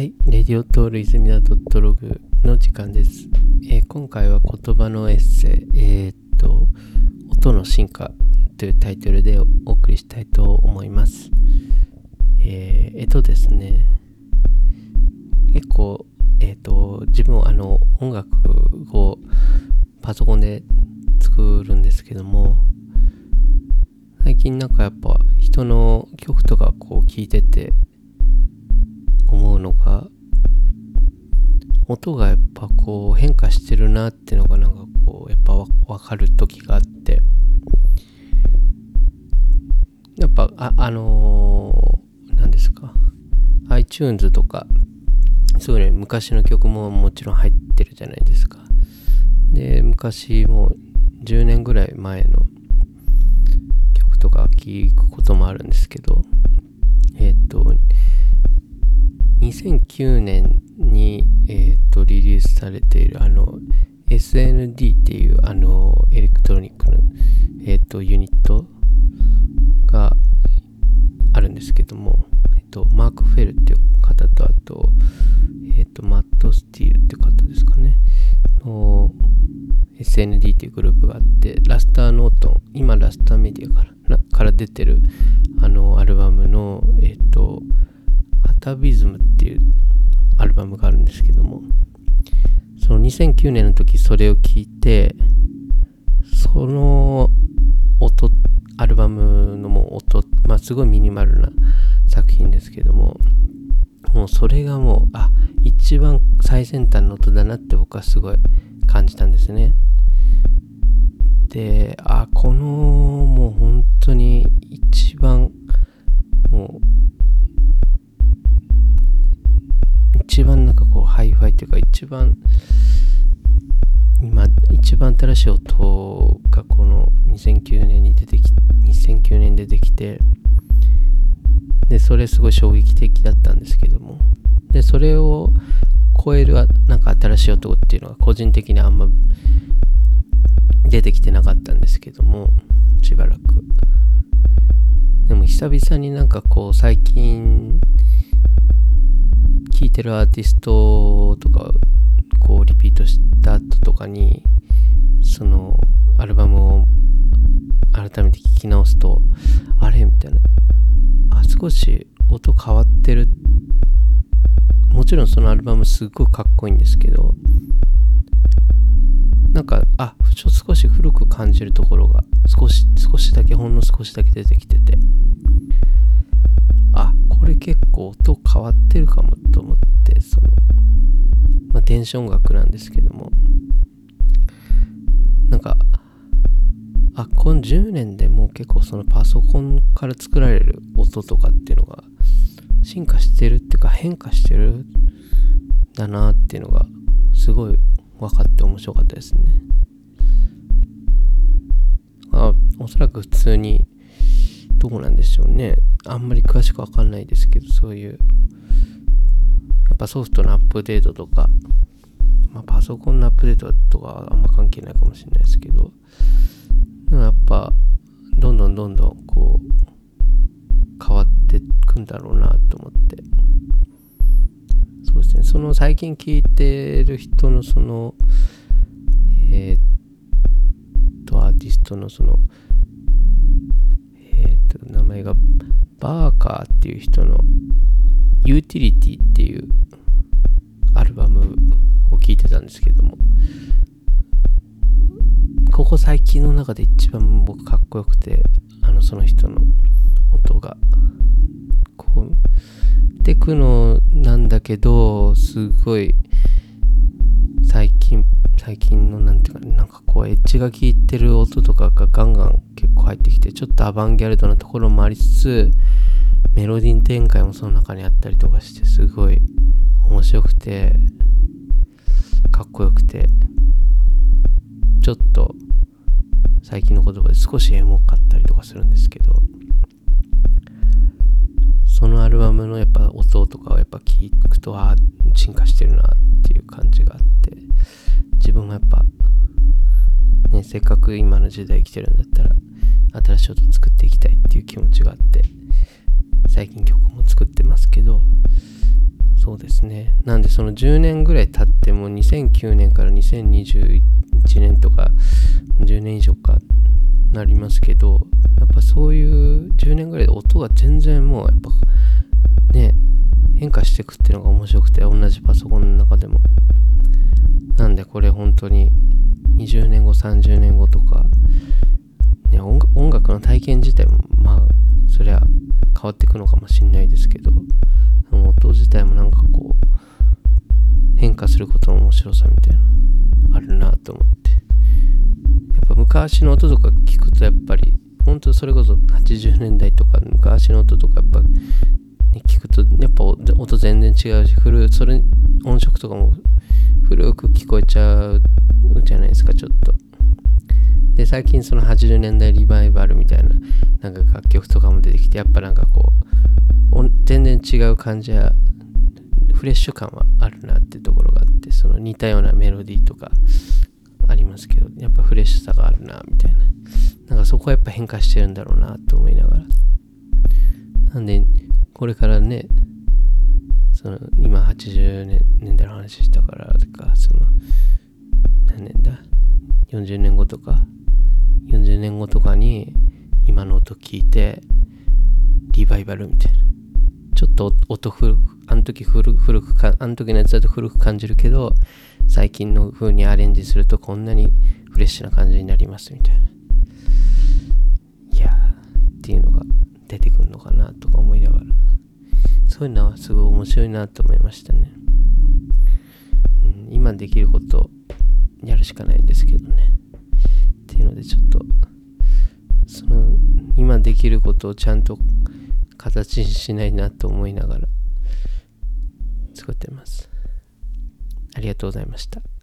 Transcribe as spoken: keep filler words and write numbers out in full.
はい、レディオトール泉田 .log の時間です。えー、今回は言葉のエッセイ、えー、っと、音の進化というタイトルでお送りしたいと思います。えー、えっとですね、結構、えー、っと、自分はあの音楽をパソコンで作るんですけども、最近なんかやっぱ人の曲とかこう聴いてて思うのが、音がやっぱこう変化してるなっていうのがなんかこうやっぱわかる時があって、やっぱあ、あのー、何ですか iTunes とかそういうね、昔の曲ももちろん入ってるじゃないですか。で、昔もうじゅうねんぐらい前の曲とか聴くこともあるんですけど、えっとにせんきゅうねんに、えー、とリリースされているあの エスエヌディー っていうあのエレクトロニックの、えー、とユニットがあるんですけども、えー、とマーク・フェルっていう方と、あと,、えー、とマット・スティールっていう方ですかねの エスエヌディー っていうグループがあって、ラスター・ノートン、今ラスター・メディアからから出てるあのアルバムのえっ、ー、とアタビズムっていうアルバムがあるんですけども、そのにせんきゅうねんの時それを聞いて、その音、アルバムのもう音、まあすごいミニマルな作品ですけども、もうそれがもうあ一番最先端の音だなって僕はすごい感じたんですね。で、あこのもう本当に一番もう一番なんかこうハイファイっていうか、一番今一番新しい音がこのにせんきゅうねんに出てきにせんきゅうねんでできて、でそれすごい衝撃的だったんですけども、でそれを超えるなんか新しい音っていうのが個人的にあんま出てきてなかったんですけども、しばらくでも久々になんかこう最近聴いてるアーティストとかこうリピートした後とかにそのアルバムを改めて聴き直すと、あれみたいな、あ少し音変わってる。もちろんそのアルバムすごいかっこいいんですけど、なんかあ少し古く感じるところが少し少しだけほんの少しだけ出てきてて、あこれ結構音変わってるかもと思って、そのまあ電子音楽なんですけども、なんかあこのじゅうねんでもう結構そのパソコンから作られる音とかっていうのが進化してるっていうか変化してるんだなっていうのがすごい分かって面白かったですね。あおそらく普通にどうなんでしょうね、あんまり詳しく分かんないですけど、そういうやっぱソフトのアップデートとか、まあ、パソコンのアップデートとかはあんま関係ないかもしれないですけど、やっぱどんどんどんどんこう変わっていくんだろうなと思って、そうですね、その最近聴いてる人のそのえー、っとアーティストのそのえー、っと名前がバーカーっていう人のユーティリティっていうアルバムを聴いてたんですけども、ここ最近の中で一番僕かっこよくて、あのその人の音がこうテクノなんだけど、すごい最近最近のなんていうか、なんかこうエッジが効いてる音とかがガンガン結構入ってきて、ちょっとアバンギャルドなところもありつつ、メロディー展開もその中にあったりとかして、すごい面白くてかっこよくて、ちょっと最近の言葉で少しエモかったりとかするんですけど、そのアルバムのやっぱ音とかをやっぱ聞くと、あ進化してるなっていう感じがあって、自分もやっぱね、せっかく今の時代生きてるんだったら新しい音作っていきたいっていう気持ちがあって、最近曲も作ってますけど、 そうですね。なんでそのじゅうねんぐらい経ってもにせんきゅうねんからにせんにじゅういちねんとかじゅうねん以上かなりますけど、やっぱそういうじゅうねんぐらいで音が全然もうやっぱね変化していくっていうのが面白くて、同じパソコンの中でも。なんでこれ本当ににじゅうねんごさんじゅうねんごとか、ね、音, 音楽の体験自体もまあそりゃ変わっていくのかもしれないですけど、音自体もなんかこう変化することの面白さみたいなあるなと思って、やっぱ昔の音とか聞くとやっぱり本当それこそはちじゅうねんだいとか昔の音とかやっぱ、ね、聞くとやっぱ音全然違うし、古それ音色とかも古く聞こえちゃうじゃないですか、ちょっと。で最近そのはちじゅうねんだいリバイバルみたいななんか楽曲とかも出てきて、やっぱなんかこう全然違う感じやフレッシュ感はあるなってところがあって、その似たようなメロディーとかありますけど、やっぱフレッシュさがあるなみたいな、なんかそこはやっぱ変化してるんだろうなと思いながら、なんでこれからね、その今はちじゅうねんだいの話したからとか、その何年だよんじゅうねんごとかよんじゅうねんごとかに今の音聞いてリバイバルみたいな、ちょっと音古くあの時古古くかあの時のやつだと古く感じるけど、最近の風にアレンジするとこんなにフレッシュな感じになりますみたいな、いやーっていうのが出てくるのかなとか思いながら、そういうのはすごい面白いなと思いましたね。うん、今できることやるしかないんですけどね。っていうのでちょっとその今できることをちゃんと形にしないなと思いながら作ってます。ありがとうございました。